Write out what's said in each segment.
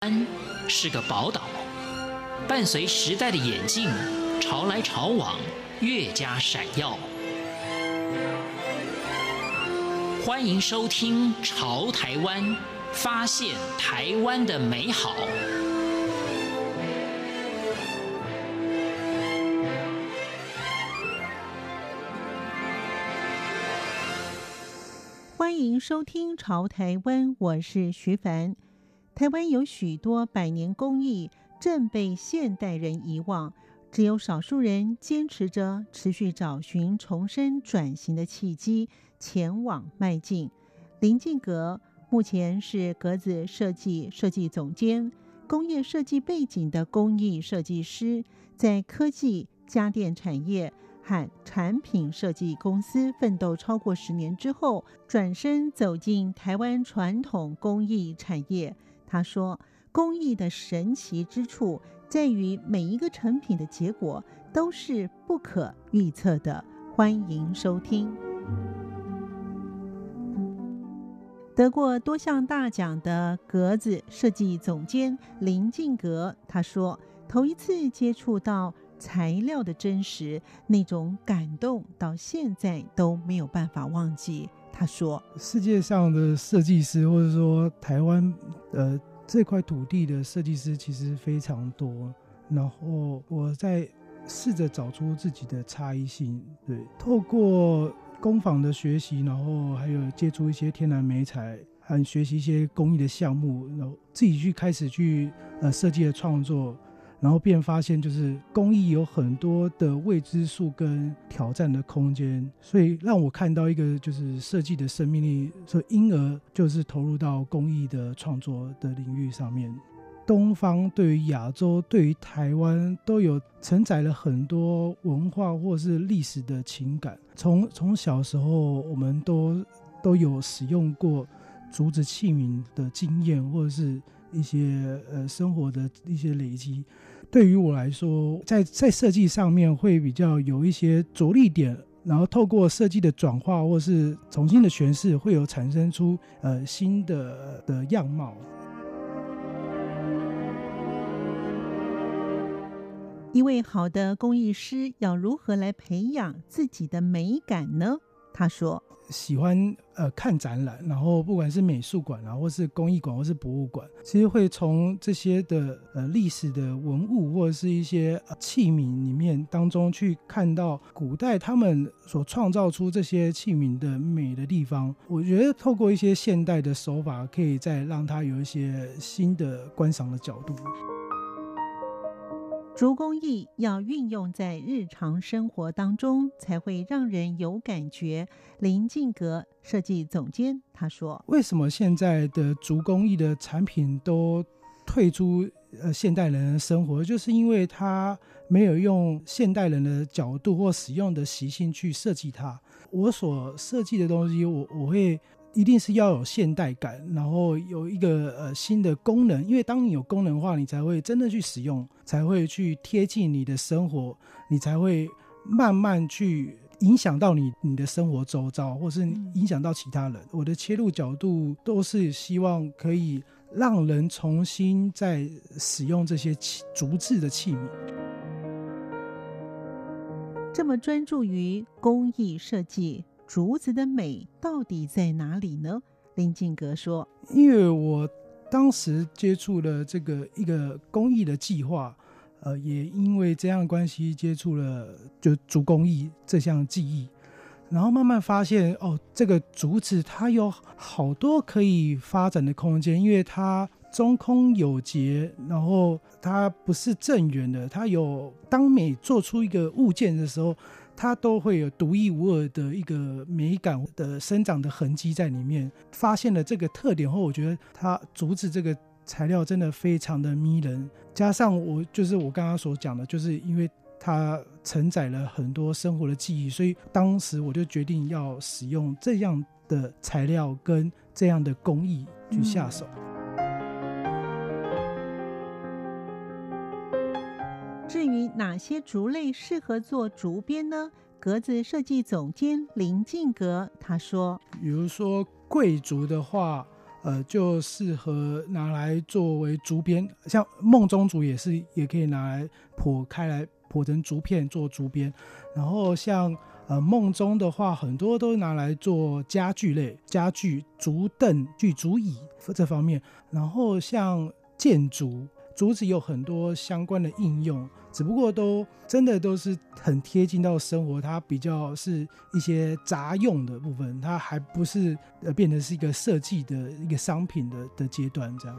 是个宝岛，伴随时代的演进，潮来潮往，越加闪耀。欢迎收听《潮台湾》，发现台湾的美好。 欢迎收听《潮台湾》，我是徐凡。台湾有许多百年工艺正被现代人遗忘，只有少数人坚持着，持续找寻重生转型的契机，前往迈进。林进阁目前是格子设计总监，工业设计背景的工艺设计师，在科技、家电产业和产品设计公司奋斗超过10年之后，转身走进台湾传统工艺产业。他说，工艺的神奇之处在于每一个成品的结果都是不可预测的。欢迎收听。得过多项大奖的格子设计总监林进阁，他说，头一次接触到材料的真实，那种感动到现在都没有办法忘记。他说， 世界上的设计师，或者说台湾这块土地的设计师其实非常多，然后我在试着找出自己的差异性。对，透过工坊的学习，然后还有接触一些天然媒材和学习一些工艺的项目，然后自己开始设计的创作，然后便发现就是工艺有很多的未知数跟挑战的空间，所以让我看到一个就是设计的生命力，所以因而就是投入到工艺的创作的领域上面。东方对于亚洲，对于台湾都有承载了很多文化或是历史的情感。从小时候我们都有使用过竹子器皿的经验，或者是一些生活的一些累积。对于我来说，在设计上面会比较有一些着力点，然后透过设计的转化或是重新的诠释，会有产生出新的样貌。 一位好的工艺师要如何来培养自己的美感呢？他说， 喜欢看展览，然后不管是美术馆或是工艺馆或是博物馆，其实会从这些的历史的文物或者是一些器皿里面当中去看到古代他们所创造出这些器皿的美的地方。我觉得透过一些现代的手法，可以再让它有一些新的观赏的角度。 竹工艺要运用在日常生活当中，才会让人有感觉。林进阁设计总监他说， 为什么现在的竹工艺的产品都退出现代人的生活，就是因为它没有用现代人的角度或使用的习性去设计它。我所设计的东西，我会一定是要有现代感，然后有一个新的功能，因为当你有功能的话，你才会真的去使用，才会去贴近你的生活，你才会慢慢去影响到你的生活周遭，或是影响到其他人。我的切入角度都是希望可以让人重新再使用这些竹制的器皿。 这么专注于工艺设计，竹子的美到底在哪里呢？林进阁说， 因为我当时接触了这个一个公益的计划，也因为这样的关系接触了就竹工艺这项技艺，然后慢慢发现这个竹子它有好多可以发展的空间，因为它中空有节，然后它不是正圆的，它有当每做出一个物件的时候，它都会有独一无二的一个美感的生长的痕迹在里面。发现了这个特点后，我觉得它竹子这个材料真的非常的迷人，加上我刚刚所讲的，就是因为它承载了很多生活的记忆，所以当时我就决定要使用这样的材料跟这样的工艺去下手。 至于哪些竹类适合做竹编呢？格子设计总监林进阁他说， 比如说桂竹的话， 就适合拿来作为竹编，像梦中竹也可以拿来剖开来剖成竹片做竹编。然后像梦中的话，很多都拿来做家具类，家具、竹凳、竹椅这方面。然后像建筑，竹子有很多相关的应用，只不过都真的都是很贴近到生活，它比较是一些杂用的部分，它还不是变成是一个设计的一个商品的阶段这样。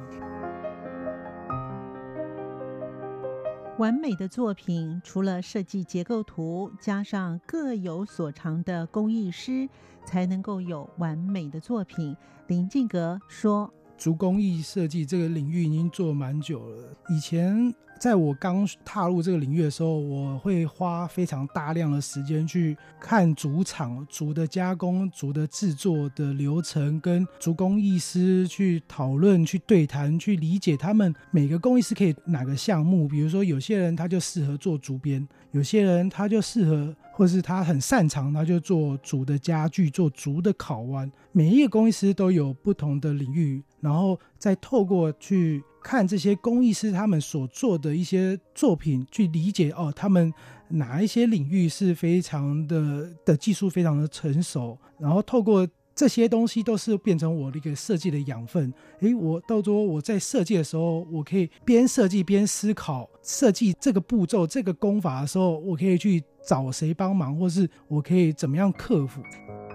完美的作品除了设计结构图，加上各有所长的工艺师，才能够有完美的作品。林敬阁说， 竹工艺设计这个领域已经做蛮久了。以前在我刚踏入这个领域的时候，我会花非常大量的时间去看竹厂、竹的加工、竹的制作的流程，跟竹工艺师去讨论、去对谈、去理解他们每个工艺师可以哪个项目。比如说有些人他就适合做竹编，有些人他就适合或是他很擅长，他就做竹的家具、做竹的烤碗。每一个工艺师都有不同的领域，然后再透过去看这些工艺师他们所做的一些作品，去理解他们哪一些领域是非常的技术非常的成熟，然后透过这些东西都是变成我的一个设计的养分。我到时候我在设计的时候，我可以边设计边思考设计这个步骤、这个工法的时候，我可以去找谁帮忙，或是我可以怎么样克服。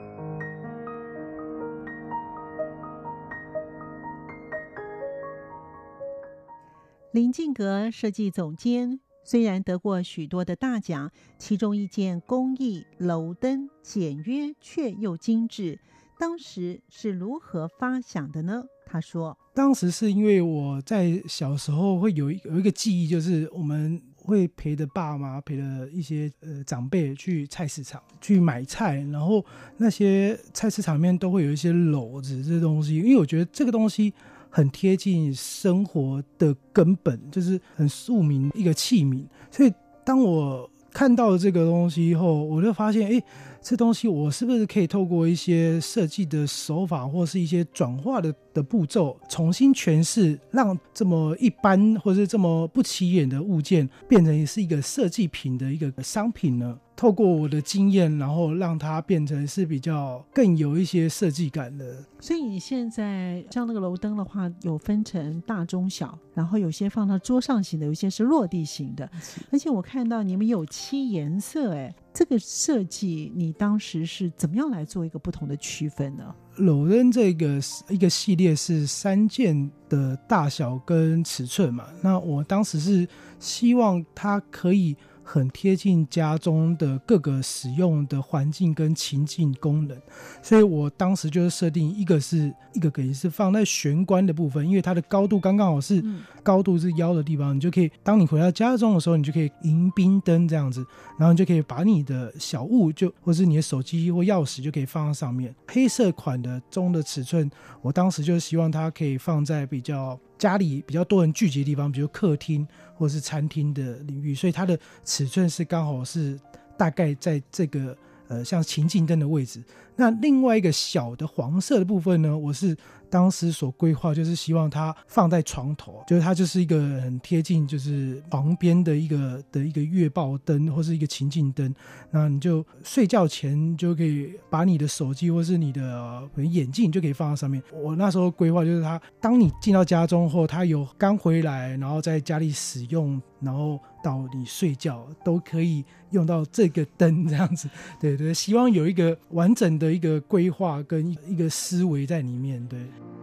林敬阁设计总监虽然得过许多的大奖，其中一件工艺楼灯简约却又精致，当时是如何发想的呢？他说， 当时是因为我在小时候会有一个记忆，就是我们会陪着爸妈、陪着一些长辈去菜市场去买菜，然后那些菜市场里面都会有一些篓子这东西，因为我觉得这个东西很贴近生活的根本，就是很庶民一个器皿。所以当我看到了这个东西以后，我就发现这东西我是不是可以透过一些设计的手法或是一些转化的步骤重新诠释，让这么一般或是这么不起眼的物件变成是一个设计品的一个商品呢？透过我的经验，然后让它变成是比较更有一些设计感的。 所以你现在像那个楼灯的话，有分成大中小，然后有些放到桌上型的，有些是落地型的，而且我看到你们有7颜色，这个设计你当时是怎么样来做一个不同的区分呢？ 篓灯这个一个系列是3件的大小跟尺寸嘛，那我当时是希望它可以很贴近家中的各个使用的环境跟情境功能，所以我当时就是设定一个可以是放在玄关的部分，因为它的高度刚刚好是高度是腰的地方，你就可以当你回到家中的时候，你就可以迎宾灯这样子，然后你就可以把你的小物或是你的手机或钥匙就可以放在上面。黑色款的中的尺寸，我当时就希望它可以放在比较家里比较多人聚集的地方，比如客厅或是餐厅的领域，所以它的尺寸是刚好是大概在这个像情境灯的位置。那另外一个小的黄色的部分呢，我是当时所规划就是希望它放在床头，就是它就是一个很贴近就是床边的一个月报灯或是一个情境灯，那你就睡觉前就可以把你的手机或是你的眼镜就可以放在上面。我那时候规划就是它当你进到家中后，它有刚回来然后在家里使用，然后到你睡觉都可以用到这个灯这样子。对对，希望有一个完整的一个规划跟一个思维在里面。对，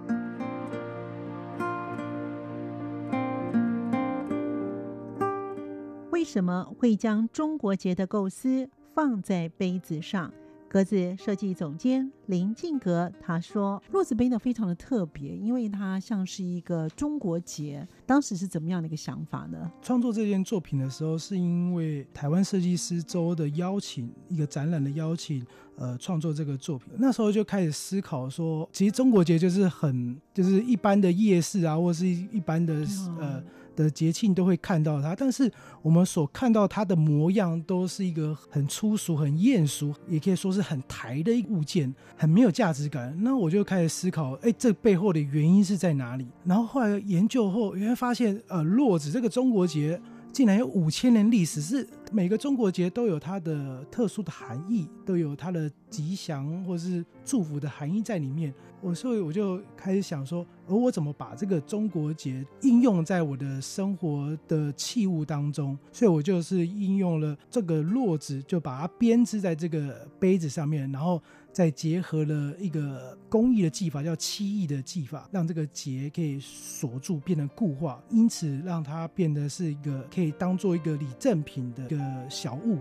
为什么会将中国结的构思放在杯子上？格子设计总监林敬阁他说，落子杯呢非常的特别，因为它像是一个中国结，当时是怎么样的一个想法呢？ 创作这件作品的时候，是因为台湾设计师周的邀请，一个展览的邀请，创作这个作品。那时候就开始思考说，其实中国结就是一般的夜市啊，或是一般的的节庆都会看到它，但是我们所看到它的模样都是一个很粗俗、很艳俗，也可以说是很台的一个物件。 很没有价值感。那我就开始思考，这背后的原因是在哪里？然后后来研究后，原来发现落子这个中国结竟然有5000年历史，是每个中国节都有它的特殊的含义，都有它的吉祥或是祝福的含义在里面。所以我就开始想说，我怎么把这个中国节应用在我的生活的器物当中。所以我就是应用了这个络子，就把它编织在这个杯子上面，然后再结合了一个工艺的技法，叫漆艺的技法，让这个结可以锁住，变成固化，因此让它变得是一个可以当做一个礼赠品的一个小物。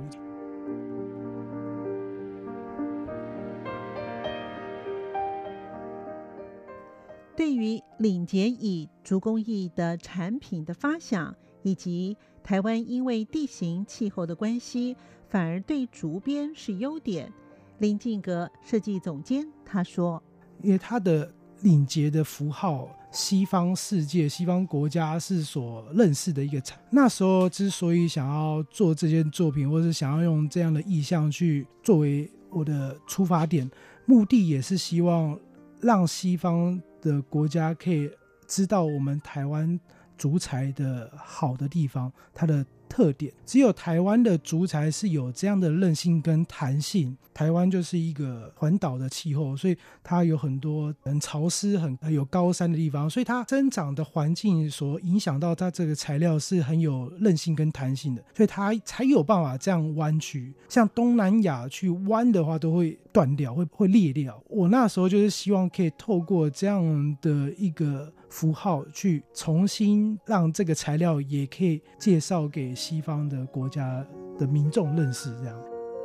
对于领结以竹工艺的产品的发想，以及台湾因为地形气候的关系，反而对竹编是优点，林敬阁设计总监他说， 因为它的领结的符号，西方世界西方国家是所认识的一个那时候之所以想要做这件作品，或是想要用这样的意象去作为我的出发点，目的也是希望让西方的国家可以知道我们台湾竹材的好的地方，它的特点。只有台湾的竹材是有这样的韧性跟弹性。台湾就是一个环岛的气候，所以它有很多很潮湿很有高山的地方，所以它生长的环境所影响到它这个材料是很有韧性跟弹性的，所以它才有办法这样弯曲。像东南亚去弯的话都会断掉，会裂掉。我那时候就是希望可以透过这样的一个符号去重新让这个材料也可以介绍给西方的国家的民众认识。这样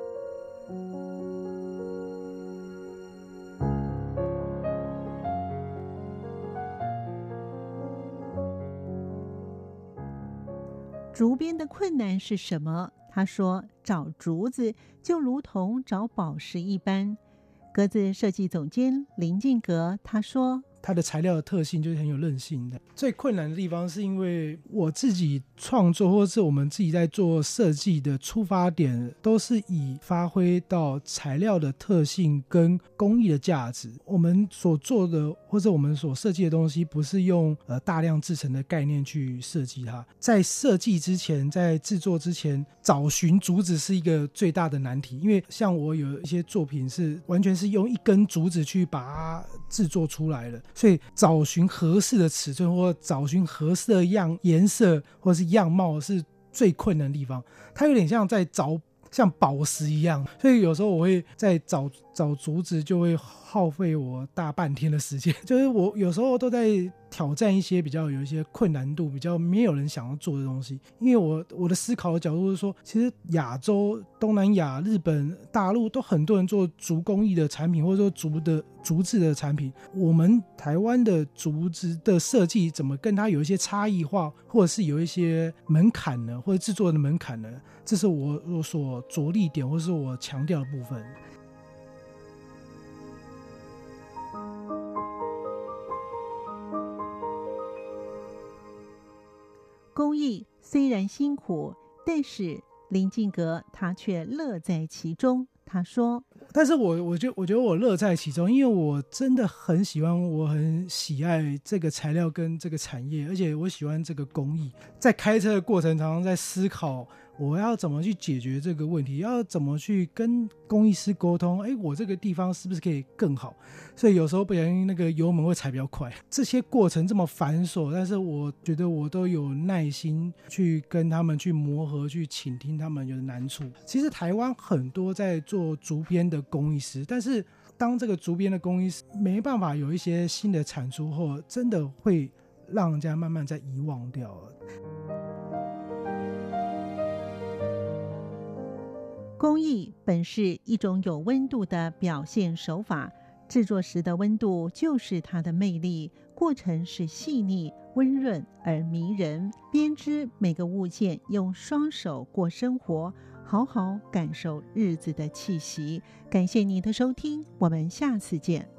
竹编的困难是什么？他说，找竹子就如同找宝石一般。格子设计总监林敬阁他说， 它的材料的特性就是很有韧性的。最困难的地方是因为我自己创作或是我们自己在做设计的出发点都是以发挥到材料的特性跟工艺的价值。我们所做的或者我们所设计的东西不是用大量制成的概念去设计它。在设计之前，在制作之前，找寻竹子是一个最大的难题。因为像我有一些作品是完全是用一根竹子去把它制作出来的，所以找寻合适的尺寸或找寻合适的颜色或是样貌是最困难的地方。它有点像在找像宝石一样，所以有时候我会在找竹子就会耗费我大半天的时间。就是我有时候都在挑战一些比较有一些困难度比较没有人想要做的东西。因为我的思考的角度是说，其实亚洲、东南亚、日本、大陆都很多人做竹工艺的产品，或者说竹制的产品。我们台湾的竹子的设计怎么跟它有一些差异化，或者是有一些门槛呢，或者制作的门槛呢？这是我所着力点，或是我强调的部分。 工艺虽然辛苦，但是林敬阁他却乐在其中。他说， 但是我觉得我乐在其中，因为我真的很喜欢，我很喜爱这个材料跟这个产业，而且我喜欢这个工艺。在开车的过程常常在思考我要怎么去解决这个问题，要怎么去跟工艺师沟通，我这个地方是不是可以更好。所以有时候不小心那个油门会踩比较快，这些过程这么繁琐，但是我觉得我都有耐心去跟他们去磨合，去倾听他们有的难处。其实台湾很多在做竹编的工艺师，但是当这个竹编的工艺师没办法有一些新的产出后，真的会让人家慢慢在遗忘掉了。 工艺本是一种有温度的表现手法，制作时的温度就是它的魅力，过程是细腻、温润而迷人。编织每个物件，用双手过生活，好好感受日子的气息。感谢您的收听，我们下次见。